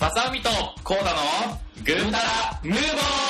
浅海とコーダのぐーたらムーボ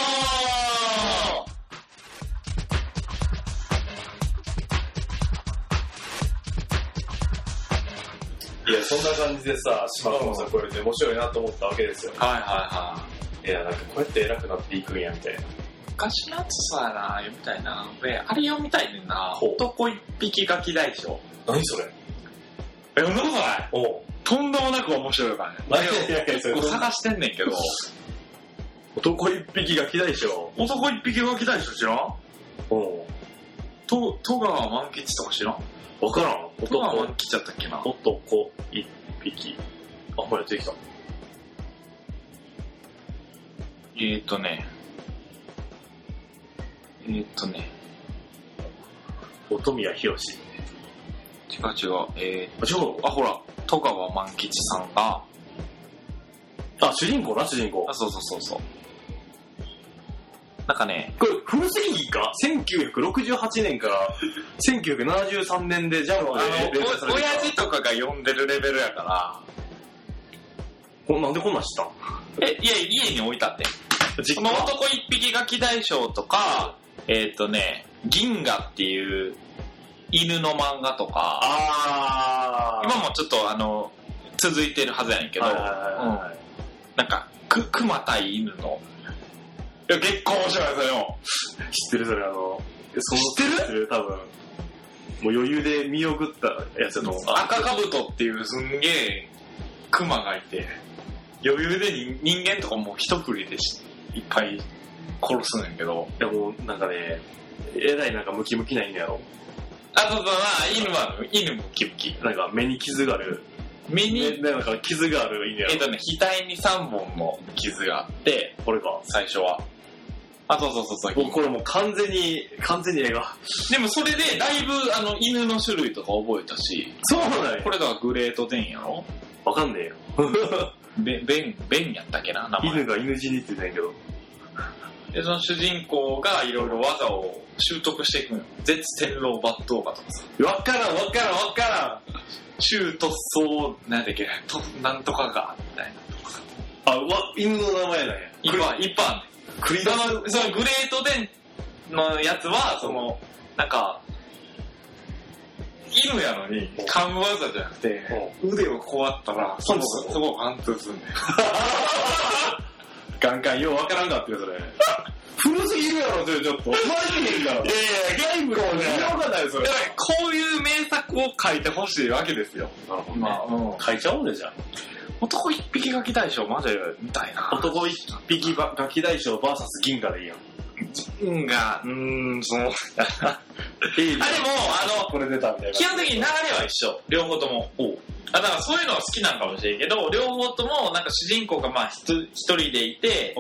ー。いや、そんな感じでさ、島君もさ、こうやって面白いなと思ったわけですよ。 はいはいはい。 いや、なんかこうやって偉くなっていくんやみたいな。 昔のやつさやな、読みたいな。俺、あれ読みたいねんな。 ほう男一匹ガキ大将。 何それ？ 読んだことない？ おう。 とんでもなく面白いからね。 いやいや、それこれ探してんねんけど。 男一匹が嫌いでしょ。 男一匹ガキ大将知らん？ おう。 戸川万吉とか知らん？ わからん。 戸川万吉だったっけな。 男一匹。あ、ほら、出てきた。音宮博士。 違う。 違うの？ あ、ほら、戸川万吉さんが、 あ、主人公。 あ、そう。なんかね、 これ、古すぎか ?1968 年から1973年でジャンプで連載されて親父とかが読んでるレベルやから、 なんでこんなん知ったん？ 家に置いたって。 実その男一匹ガキ大将とか、銀河っていう犬の漫画とか、今もちょっと続いてるはずやねんけど、なんか、熊対犬の、いや、結構面白いですよ。 知ってるそれ知ってる多分。もう余裕で見送ったやつやと思う。 赤かぶとっていうすんげえ熊がいて、余裕で人間とかもう一振りでいっぱい殺すねんけど。 いやもうなんかね、えらいなんかムキムキないんだやろ。 あ、そう犬ムキムキ。 なんか目に傷がある。 目に、 なんか傷がある犬やろ。 額に3本の傷があって、 これか。 最初は。あ、そう。 もうこれもう完全に映画。 でもそれでだいぶ犬の種類とか覚えたし。 そうなんや。 これだからグレートデンやろ？ わかんねえよ。 ベンやったっけな、名前。 犬が犬死にって言ってないけど。 で、その主人公がいろいろ技を習得していくのよ。絶天狼抜刀画とかさ。 わからん。 中突走、なんだっけ、なんとかが、みたいなとかさ。 犬の名前なんや。 いっぱいあんねん。そのグレートデンのやつは、なんか、犬やのに、幹部技じゃなくて、腕をこうやったら、そこ貫通すんねん。 ガンガンようわからんかったよ、それ。古すぎるやろ、それちょっと。マジでいいから。いやゲームがね、わかんないよ、それ。 だからこういう名作を書いてほしいわけですよ。 なるほどね。書いちゃおうね、じゃあ。 男一匹ガキ大将マジで見たいな。 男一匹ガキ大将 VS 銀河でいいやん。 銀河、その、でも、 これ出たみたいな。 基本的に流れは一緒。両方とも。だからそういうのは好きなんかもしれんけど、両方ともなんか主人公がまあ一人でいて、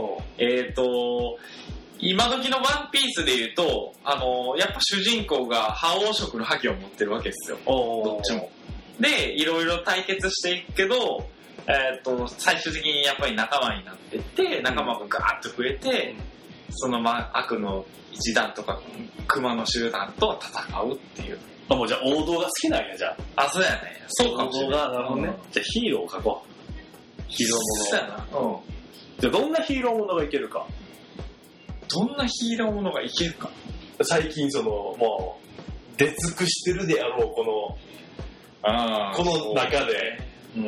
今時のワンピースで言うと、やっぱ主人公が覇王色の覇気を持ってるわけですよ。どっちも。で、いろいろ対決していくけど、最終的にやっぱり仲間になっていって、仲間がガーッと増えて、その悪の一団とか熊の集団と戦うっていう。 もうじゃあ王道が好きなんや、じゃあ。 そうやね。そうかもしれない。 なるほどね。じゃあヒーローを描こう。ヒーローもの。 そうやな。 じゃあどんなヒーローものがいけるか。 どんなヒーローものがいけるか。 最近もう、出尽くしてるであろう、この中で。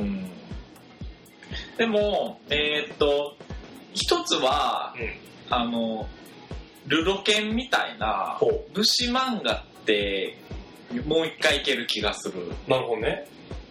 でも、一つは、ルロケンみたいな武士漫画ってもう一回いける気がする。 なるほどね。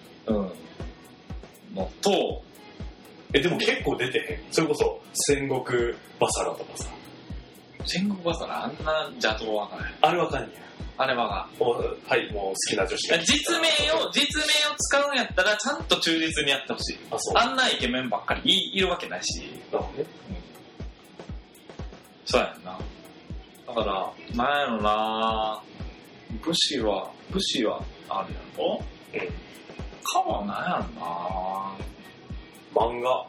のと、 でも結構出てへん。それこそ戦国バサラとかさ。 戦国バサラあんな邪道わかんない。 あれわかんねや。 あれわかん。 はい、もう好きな女子が。 実名を使うんやったらちゃんと忠実にやってほしい。あんなイケメンばっかりいるわけないし。 なるほどね。 そうやんな。だから、なんやろな、武士はあるやろ？かはなんやろな、 漫画。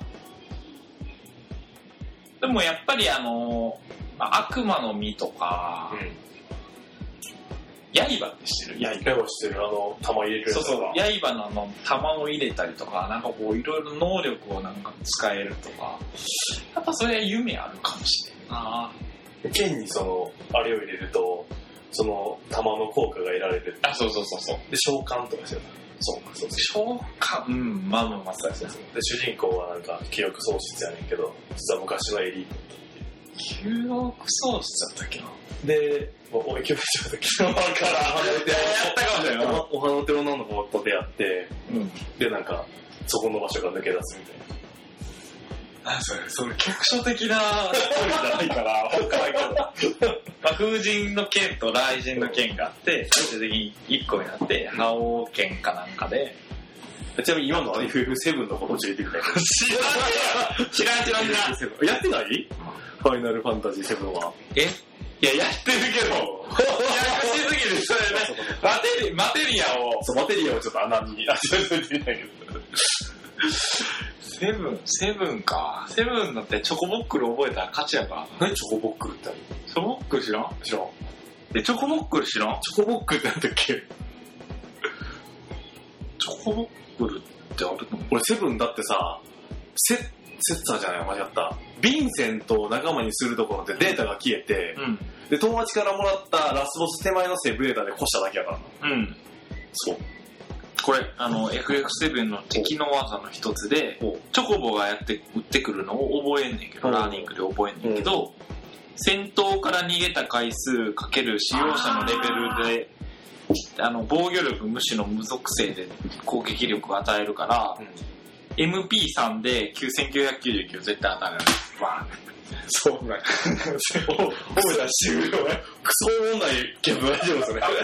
でもやっぱり悪魔の実とか、 刃って知ってる？ 刃してる、弾入れるやつとか。 そう刃の弾を入れたりとか、なんかこういろいろ能力をなんか使えるとか、やっぱそれは夢あるかもしれんな。 剣にあれを入れると、弾の効果が得られる。 そう。で、 召喚とかしてる。そう。 召喚、まあそう。 で、主人公はなんか記憶喪失やねんけど、実は昔のエリート。 記憶喪失だったっけな。 で、俺記憶しちゃったけど、やったかもしれない。お花の手女の子と出会って、で、なんか、そこの場所が抜け出すみたいな。 それ局所的なストーリーじゃないから分からんけど風神の剣と雷神の剣があって最終的に1個になって覇王剣かなんかで。 ちなみに今の FF7 のこと教えてくれ。 知らんやってない？ファイナルファンタジー7は。 いや、やってるけど、ややこしすぎる、それね。マテリアをちょっと穴に当ててみたいけど。 セブンか。セブンだってチョコボックル覚えたら勝ちやから。 何チョコボックルってある？ チョコボックル知らん。チョコボックル知らん？ チョコボックルってなんだっけ？ チョコボックルってあるの？ 俺セブンだってさ、セッツァーじゃない、間違った。ヴィンセントを仲間にするところでデータが消えて、で、友達からもらったラスボス手前のセーブデータで越しただけやからな。そう。 これ、FF7 の敵の技の一つで、チョコボが撃ってくるのを覚えんねんけど、ラーニングで覚えんねんけど、戦闘から逃げた回数かける使用者のレベルで、防御力無視の無属性で攻撃力を与えるから、MP3 で9999絶対当たる。 そうなんや。覚えた終了ね。クソもんないけど大丈夫それ。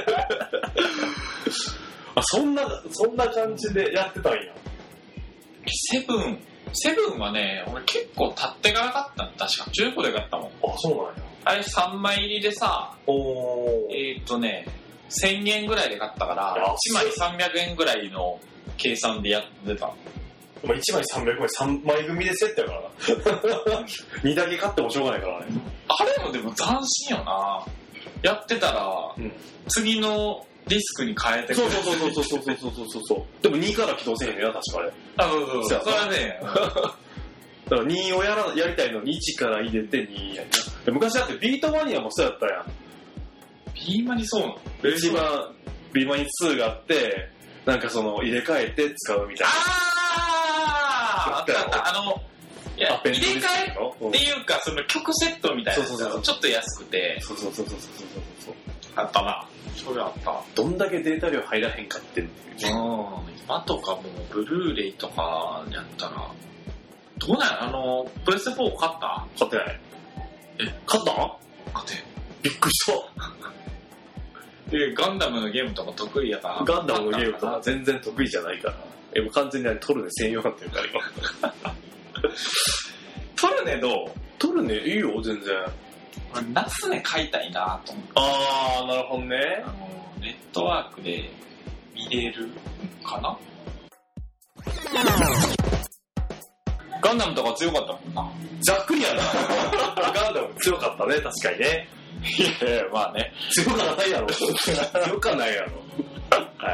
そんな感じでやってたんや。 セブンはね、俺結構経ってから買ったの。確か中古で買ったもん。 そうなんや。 あれ3枚入りでさ、1000円ぐらいで買ったから、1枚300円ぐらいの計算でやってた。 1枚300円、3枚組でセットやからな。2だけ買ってもしょうがないからね。 あれもでも斬新よな。やってたら、次のディスクに変えてくれる。 そう。でも2から起動せへんねんな、確かあれ。 そう。それはね。 だから2をやりたいのに1から入れて2やんな。昔だってビートマニアもそうやったやん。 ビーマニそうなの？ 一番ビーマニ2があって、なんか入れ替えて使うみたいな。 あったいや、入れ替えっていうか、曲セットみたいなやつちょっと安くて。そう。あったな。それあった。 どんだけデータ量入らへんかってんの？ 今とかもブルーレイとかやったら、どうなんや？プレステ4買った？ 買ってない。買ったの？ 買って。 びっくりした。 ガンダムのゲームとか得意やから。 ガンダムのゲームとか全然得意じゃないから。もう完全にトルネ専用になってるから今。 トルネどう？ トルネいいよ全然。 ナスネ買いたいなと思って。 なるほどね。 ネットワークで見れるかな。ガンダムとか強かったもんな。 ざっくりやな。ガンダム強かったね、確かにね。 いやまあね。 強かないやろ。強かないやろ。はい。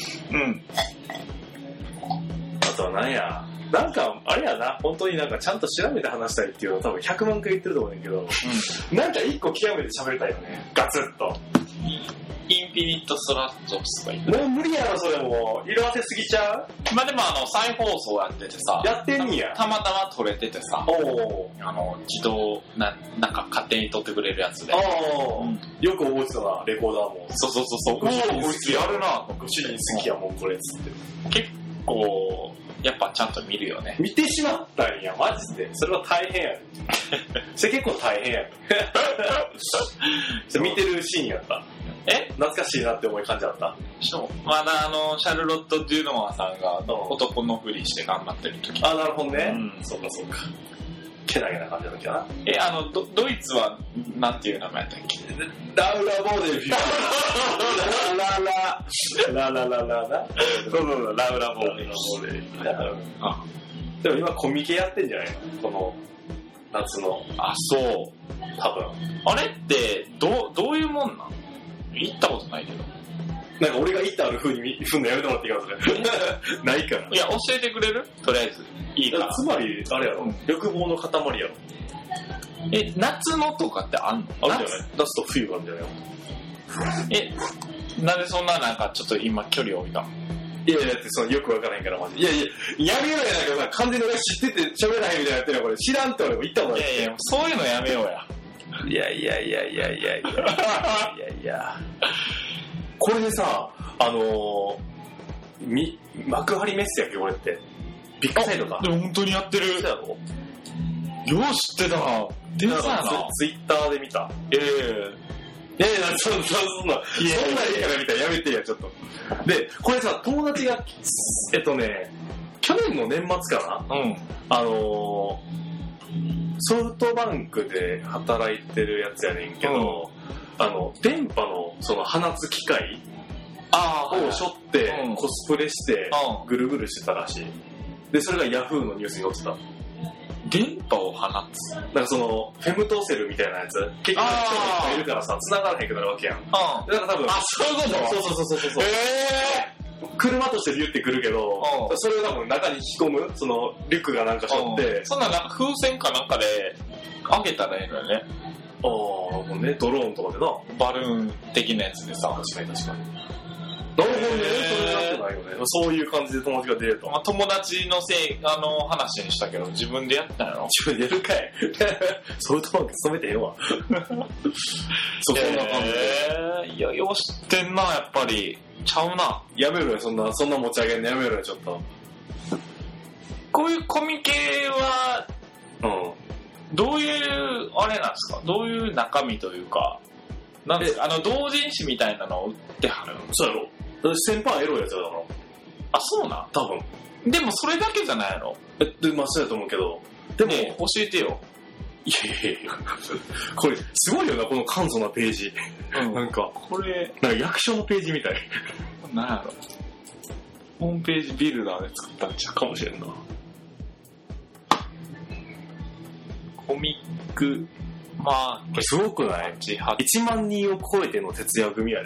あとは何や。なんか、あれやな、本当になんかちゃんと調べて話したいっていうのを多分100万回言ってると思うんだけど、なんか1個極めて喋りたいよね。ガツッと。 インフィニットストラットスとか言って。 もう無理やろ、それもう。色あせすぎちゃう？ まあでも再放送やっててさ。 やってんにや。 たまたま撮れててさ。自動、なんか勝手に撮ってくれるやつで。 よく覚えてたな、レコーダーも。 そう。こいつやるな。 ご主人好きやもん、これ、つって。 結構、やっぱちゃんと見るよね。 見てしまったんや、マジで。それは大変やね。それ結構大変やね。見てるシーンやった。懐かしいなって思い感じあった。 まだシャルロット・デュノワさんが男のふりして頑張ってる時。 なるほどね。そうか。けなげな感じの時かな。ドイツはなんていう名前だっけ？ ラウラボーデルフィー。ラ。 そうラウラボーデル。 でも今コミケやってんじゃないの？この夏の。 そう。 多分。 あれってどういうもんなん？ 行ったことないけど。 なんか俺が行ったある風に踏んだやめてもらっていいかなないから。 いや、教えてくれる？とりあえず。いいか。 つまり、あれやろ、欲望の塊やろ。 夏のとかってあんの？ あるんじゃない？夏と冬があるんじゃないの？なんでそんななんかちょっと今距離を置いたの？ いやいや、だってそのよくわからへんからマジで。いやいや、やめようやないかさ、完全に俺知ってて喋らへんみたいなやってるのこれ知らんって俺も言ったもん。 いやいや、そういうのやめようや。 いや。これでさ、幕張メッセやっけこれって。ビッグサイトか。 でも本当にやってる。 そうやろ？ よう知ってたな。出たな。 ツイッターで見た。いや、そんな言い方見たらやめてや、ちょっと。で、これさ、友達が、去年の年末かな？ソフトバンクで働いてるやつやねんけど、電波のその放つ機械を背負ってコスプレしてぐるぐるしてたらしい。で、それがヤフーのニュースに載ってた。 電波を放つ？ なんかその、フェムトセルみたいなやつ。結局人がいっぱいいるからさ、繋がらへんくなるわけやん。だから多分。 そういうこと？ そう。車としてビュってくるけど、それを多分中に引き込む、そのリュックがなんかしょって。 そんななんか風船かなんかで開けたらいいのよね。 もうね、ドローンとかでな。 バルーン的なやつでさ。 確かに。なるほどね、それなってないよね。そういう感じで友達が出れた。 友達の話にしたけど、自分でやったんやろ？ 自分でやるかい。ソフトバンク勤めてへんわ。そんな感じで。 いや、よう知ってんな、やっぱり。ちゃうな。 やめろよ、そんな持ち上げんのやめろよ、ちょっと。 こういうコミケは、どういう、あれなんですか？どういう中身というか、なんですか？同人誌みたいなのを売ってはる？ そうやろ。先輩エロいやつだろ。 あ、そうなん？ 多分。 でもそれだけじゃないやろ？ まあそうやと思うけど。でも、 教えてよ。 いや。これ、すごいよな、この簡素なページ。なんか、 これ、 なんか役所のページみたい。 なんやろ。ホームページビルダーで作ったんちゃうかもしれんな。 コミック、まあ、 これすごくない？ 1 万人を超えての徹夜組やで。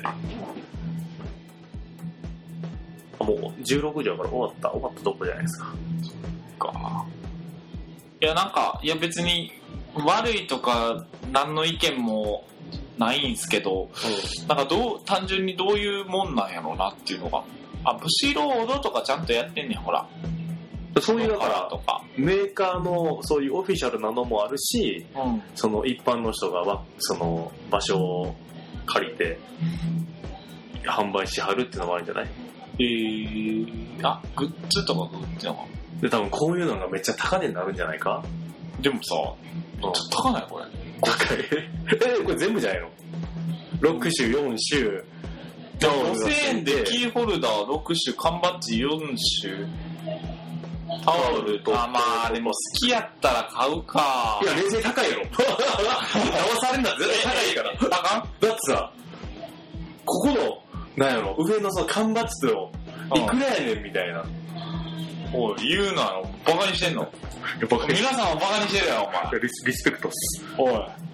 もう16時だから終わったとこじゃないですか。 そっか。いや、なんか、別に悪いとか何の意見もないんすけど、なんか単純にどういうもんなんやろうなっていうのが。ブシロードとかちゃんとやってんねん、ほら。 そういうだからメーカーのそういうオフィシャルなのもあるし、その一般の人がその場所を借りて販売しはるっていうのもあるんじゃない？ グッズとか売ってんのかで、多分こういうのがめっちゃ高値になるんじゃないか？ でもさ、めっちゃ高ないこれ。 高い。これ全部じゃないの？6種、4種。 5000円でキーホルダー6種、缶バッジ4種、タオルと。まあでも好きやったら買うか。 いや、冷静高いやろ。騙されんだ絶対高いから。だってさ、ここの、なんやろ、上のその缶バッジと、いくらやねんみたいな。 おい、言うなよ。バカにしてんの？皆さんをバカにしてるやろ、お前。 リスペクトっす。 おい。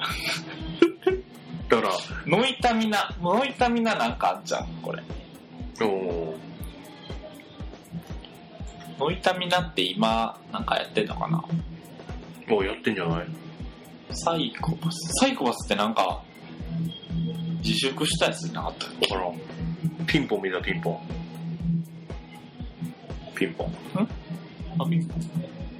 だから、 ノイタミナなんかあんじゃん、これ。ノイタミナって今、なんかやってんのかな？ もうやってんじゃない？ サイコパスってなんか、自粛したやつなかったっけ？ だから、ピンポン見たピンポン。ピンポン。 ピンポン。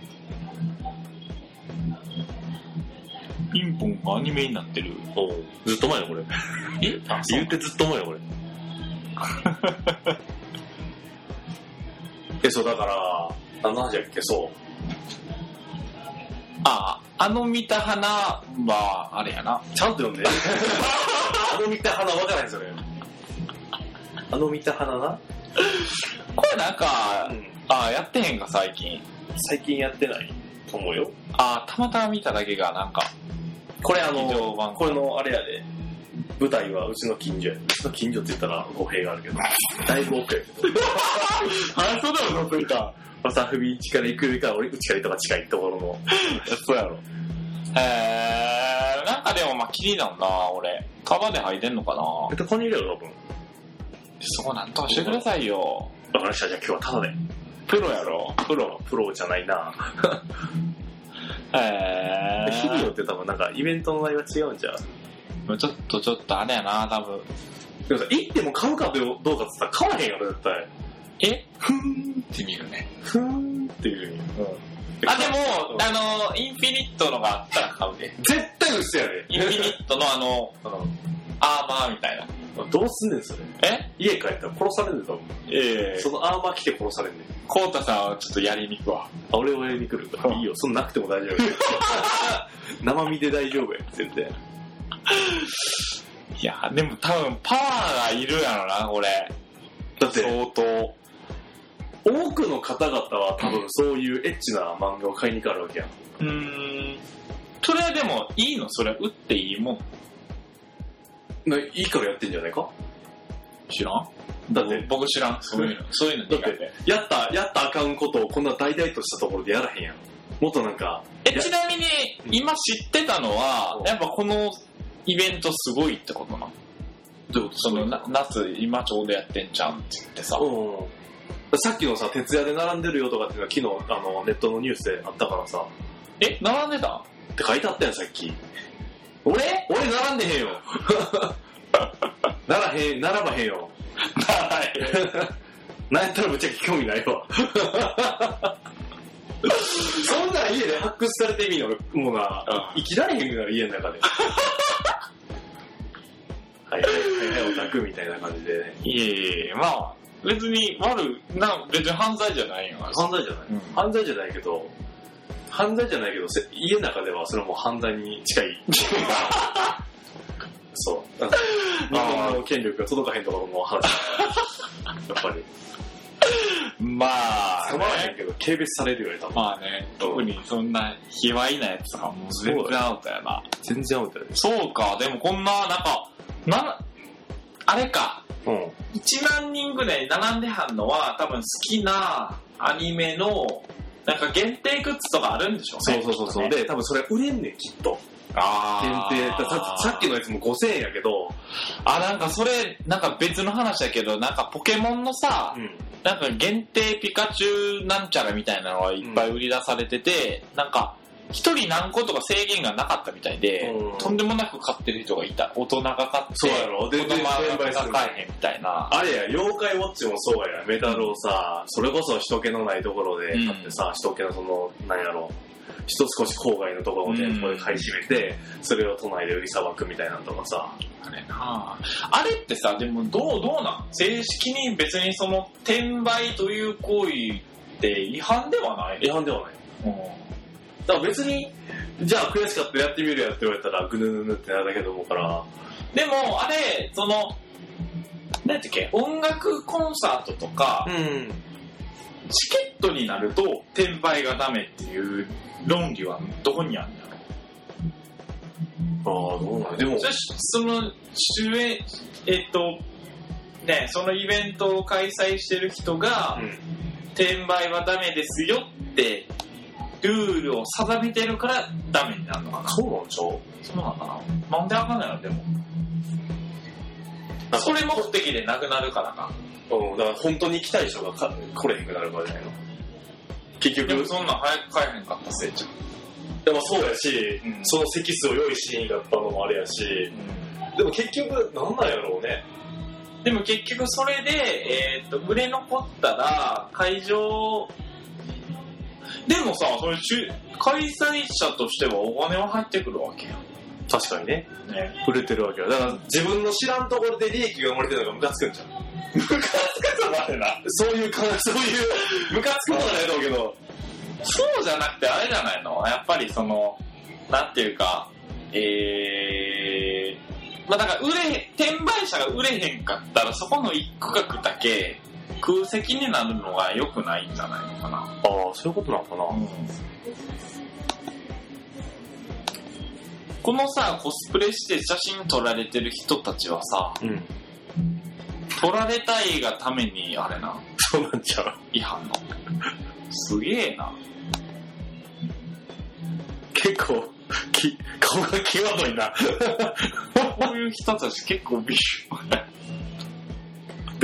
ピンポンがアニメになってる。 ずっと前よこれ。言ってずっと前よこれ。そうだから何の話やっけ？そう見た花はあれやな。 ちゃんと読んで。見た花分からへんそれ。見た花な。 これなんか、やってへんか最近。 最近やってないと思うよ。 たまたま見ただけがなんか。 これこれのあれやで。舞台はうちの近所や。うちの近所って言ったら語弊があるけど。だいぶ奥やけど。 そうだろ、そうか。 まさふみ家から行くよりか、俺うちから行った方が近いところの。 そうやろ。なんかででもまあ気になるな俺。カバーで履いてんのかな。 ここにいるよ多分。 そこなんとかしてくださいよ。 わかりました。じゃあ今日はタダで。 プロやろ。 プロじゃないな。日によって多分なんかイベントの内容が違うんじゃう。 ちょっとあれやな多分。 でもさ、行っても買うかどうかって言ったら買わへんやろ絶対。 ふーんって見るね。 ふーんっていう。 でも、インフィニットのがあったら買うで。 絶対嘘やで。 インフィニットのアーマーみたいな。 どうすんねんそれ。家帰ったら殺されんねん多分。そのアーマー着て殺されんねん。 コウタさんはちょっとやりに行くわ。 俺はやりに来るから。いいよ、そんななくても大丈夫。生身で大丈夫や、全然。 いや、でも多分パワーがいるやろな、これ。 だって、 相当。 多くの方々は多分そういうエッチな漫画を買いに行かれるわけやん。 それはでもいいの？それ打っていいもん？ いいからやってんじゃないか？ 知らん？ だって僕知らん。そういうの苦手。 だってやったあかんことをこんな大々としたところでやらへんやん。もっとなんか。 ちなみに今知ってたのは、やっぱこのイベントすごいってことな。 どういうこと？ その夏今ちょうどやってんじゃんって言ってさ。 さっきのさ、徹夜で並んでるよとかっていうのは昨日ネットのニュースであったからさ。 並んでたって書いてあったやんさっき。俺並んでへんよ。並ばへんよ。なんやったらぶっちゃけ興味ないわ。そんなん家で発掘されてみんのもうな、生きられへんくなる家の中で。はいオタクみたいな感じでね。 いえまあ別に別に犯罪じゃないよ。 犯罪じゃない、犯罪じゃないけど家の中ではそれはもう犯罪に近い。そう日本の権力が届かへんところの話。やっぱりまあ捕まらへんけど軽蔑されるよね多分。 まあね、特にそんな卑猥なやつはもう全然アウトやな。 全然アウトやね。 そうか。でもこんなあれか、1万人ぐらい並んではんのは多分好きなアニメのなんか限定グッズとかあるんでしょうね。 そう、で多分それ売れんねんきっと。限定さっきのやつも5000円やけど、 なんかそれなんか別の話やけど、なんかポケモンのさ、なんか限定ピカチュウなんちゃらみたいなのがいっぱい売り出されてて、なんか一人何個とか制限がなかったみたいで、とんでもなく買ってる人がいた。大人が買って、 そうやろ、 子供が買えへんみたいな。 あれや、妖怪ウォッチもそうや、メダルをさ、それこそ人気のないところで買ってさ、人気のその、なんやろ、少し郊外のところの店舗で買い占めて、それを都内で売りさばくみたいなのとかさ。 あれってさ、でもどうなん？正式に別にその転売という行為って違反ではない？ 違反ではない。だから別に、じゃあ悔しかったらやってみるやって言われたらぐぬぬぬってなるだけと思うから。 でもあれ、その、なんていうっけ、音楽コンサートとか、チケットになると転売がダメっていう論理はどこにあるんだろう。 どうなんでもそのそのイベントを開催してる人が、転売はダメですよってルールを定めてるからダメになるのかな。 そうなんでしょ？ そうなのかな。なんであかんないの？でもそれ目的でなくなるからか。 だから本当に来たい人が来れへんくなるからじゃないの。結局でもそんなん早く買えへんかったせいちゃん。 でもそうやし、その席数を用意しにかったのもあれやし、でも結局なんなんやろうね。 でも結局それで、売れ残ったら会場でもさ、それ開催者としてはお金は入ってくるわけやん。 確かにね。売れてるわけや。だから自分の知らんところで利益が生まれてるのがムカつくんちゃう。 ムカつくとまでな。 そういうムカつくことはないと思うけど。 そうじゃなくてあれじゃないの？やっぱりその、なんていうか、だから転売者が売れへんかったらそこの一区画だけ空席になるのが良くないんじゃないのかな。 そういうことなのかな。 このさ、コスプレして写真撮られてる人たちはさ、撮られたいがためにあれな。 そうなんちゃう？ 違反の。すげえな。 結構顔が際どいな。 こういう人たち結構ビシュで、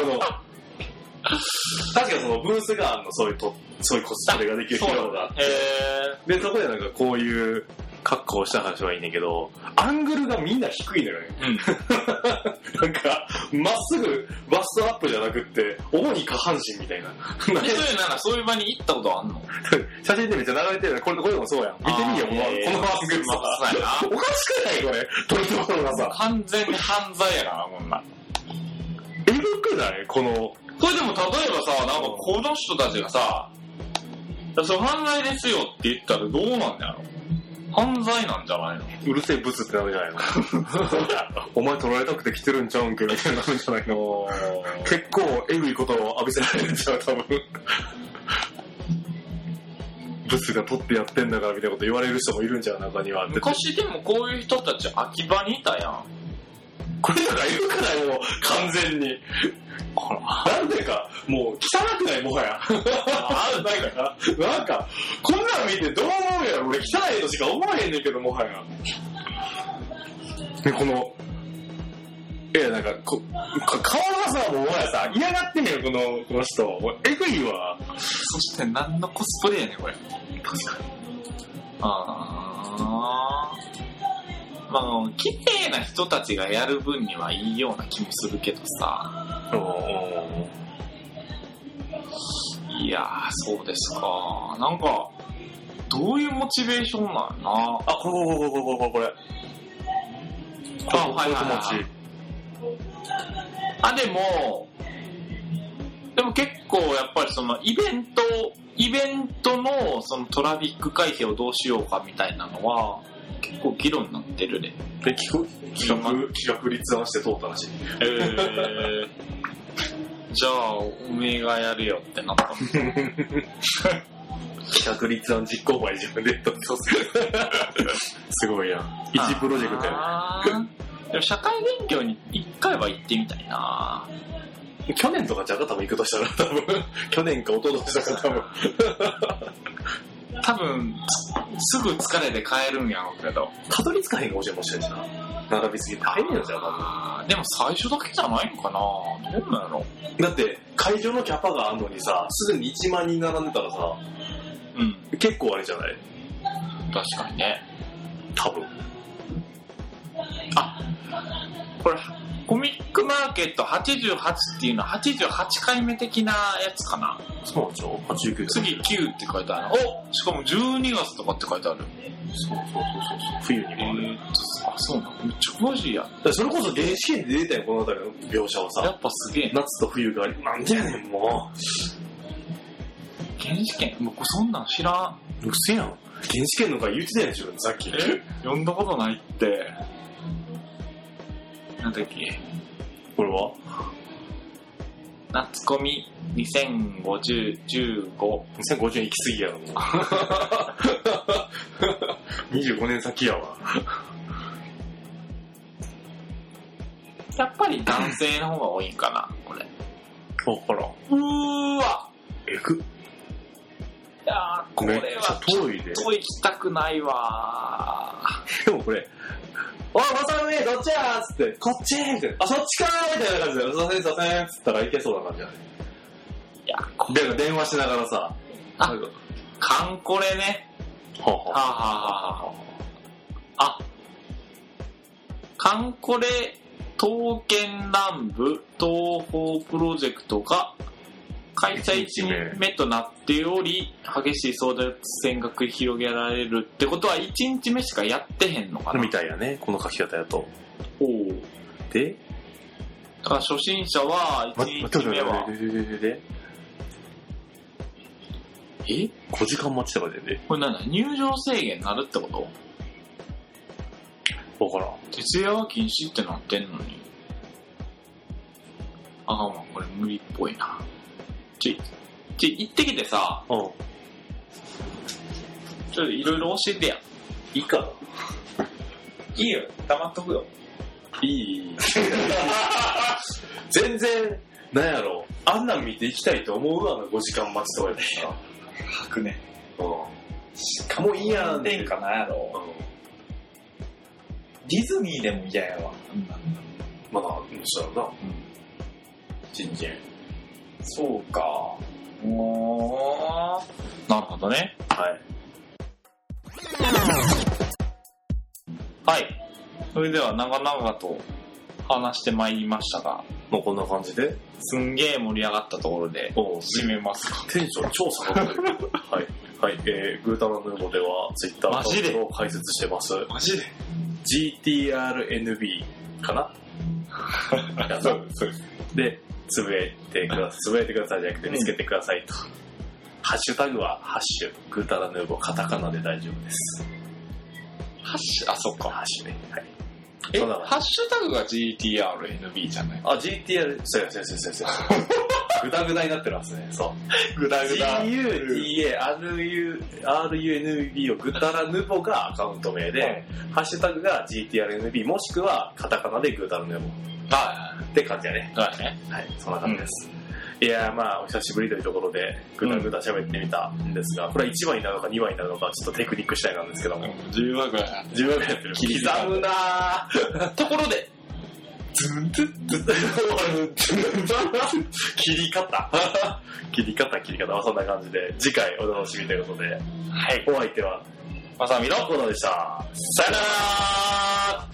確かそのブースがあるの、そういうコスプレができる広場があって、で、そこでなんかこういう格好をした話はいいねんけど、アングルがみんな低いのよね。なんか、まっすぐバストアップじゃなくって、主に下半身みたいな。 そういう場に行ったことあんの？ 写真でめっちゃ流れてるね。これもそうやん。見てみよ、このアングルさ。おかしくないこれ。撮るところがさ。 完全に犯罪やな、こんな。 えぐくないこれでも例えばさ、なんかこの人たちがさ、それ犯罪ですよって言ったらどうなんだろう。犯罪なんじゃないの？ うるせえブスってなるじゃないの。お前取られたくて来てるんちゃうんけみたいになるんじゃないの。結構エグいことを浴びせられるんちゃう多分。ブスが取ってやってんだからみたいなこと言われる人もいるんじゃう中には。 昔でもこういう人たち秋葉にいたやん。 これなんかエグくないもう完全に。なんでか、もう汚くないもはや。なんか、こんなん見てどう思うやろ俺汚いとしか思えへんねんけどもはや。で、なんか顔がさ、もうもはやさ、嫌がってんねんよ、この人。もうエグいわ。 そして何のコスプレやねん、これ。 確かに。 まあ、綺麗な人たちがやる分にはいいような気もするけどさ。いやー、そうですか。なんか、どういうモチベーションなんやな。 あ、これ。 でも結構やっぱりそのイベントのそのトラフィック回避をどうしようかみたいなのは結構議論になってるね。 で、企画立案して通ったらしい。 じゃあおめえがやるよってなったの。 企画立案実行前自分でやった。すごいやん。一プロジェクトやん。 でも社会勉強に一回は行ってみたいな。 去年とかじゃが多分行くとしたら多分去年か一昨年だから多分すぐ疲れて帰るんやろうけどたどり着かへんかもしれんしな。並びすぎて大変やんじゃん多分。 でも最初だけじゃないのかな。どうなんやろ。 だって会場のキャパがあるのにさ、すでに1万人並んでたらさ、結構あれじゃない。 確かにね。 多分これコミックマーケット88っていうのは88回目的なやつかな。 そうなんでしょ。89 次9って書いてある。しかも12月とかって書いてある。 そう冬にもある。 そうなの。めっちゃ詳しいやん。 それこそ原始圏で出てたよこの辺りの描写はさ。 やっぱすげえ。 夏と冬があり。なんでやねんもう。 原始圏僕そんなん知らん。 うせやん。原始圏の回言ってたやん自分さっき。 読んだことないって。なんだっけこれは夏コミ2050 15 2050行き過ぎやろもう25年先やわ。 やっぱり男性の方が多いんかなこれ。 分からん。 わえぐ。 いやーこれは遠いで。 行きたくないわ。 でもこれおい、まさみどっちやーっつって、こっちーって、そっちかーみたいな感じで、すいませんっつったらいけそうな感じじゃない。 いや、 で、電話しながらさ、 カンコレね。カンコレ刀剣乱舞東宝プロジェクトが開催1日目となっており、激しい争奪戦が繰り広げられるってことは1日目しかやってへんのかなみたいやね、この書き方やと。でだから初心者は1日目は 5時間待ちとかでね。 これ何だ入場制限になるってこと？ わからん。 徹夜は禁止ってなってんのに。まあこれ無理っぽいな。行ってきてさ、ちょっといろいろ教えてや。 いいかな。 いいよ、黙っとくよ。 いい。全然、なんやろあんなん見ていきたいと思うわな、5時間待ちとかやったら。 吐くね。 しかもいいやんでんかなやろ、ディズニーでも嫌やわ。 まだしたらな、人間。 そうか。おー、なるほどね。 はい。 はい。それでは長々と話してまいりましたが、 もうこんな感じで、 すんげー盛り上がったところで締めますか。 テンション超下がってる。はい。はい。グータラヌーボではツイッターアカウントを開設してます。 マジで GTRNB かなそうです。で、つぶやいてくださいじゃなくて見つけてくださいと。ハッシュタグは、ハッシュ、グータラヌーボ、カタカナで大丈夫です。 ハッシュ、あ、そっか。 ハッシュね。はい。 ハッシュタグが GTRNB じゃない？ あ、GTR、そう。グダグダになってますね。そう。 グダグダ。 GUTARUNB をグタラヌボがアカウント名で、ハッシュタグが GTRNB もしくはカタカナでグータラヌボ。って感じやね。 はいね。 はい、そんな感じです。いやまあお久しぶりというところでグダグダ喋ってみたんですが、これは1話になるのか2話になるのかちょっとテクニック次第なんですけども、 10話ぐらいやってる。刻むなぁ。 ところで切り方はそんな感じで次回お楽しみということで、はい、お相手はまさみのコーナーでした。 さよなら。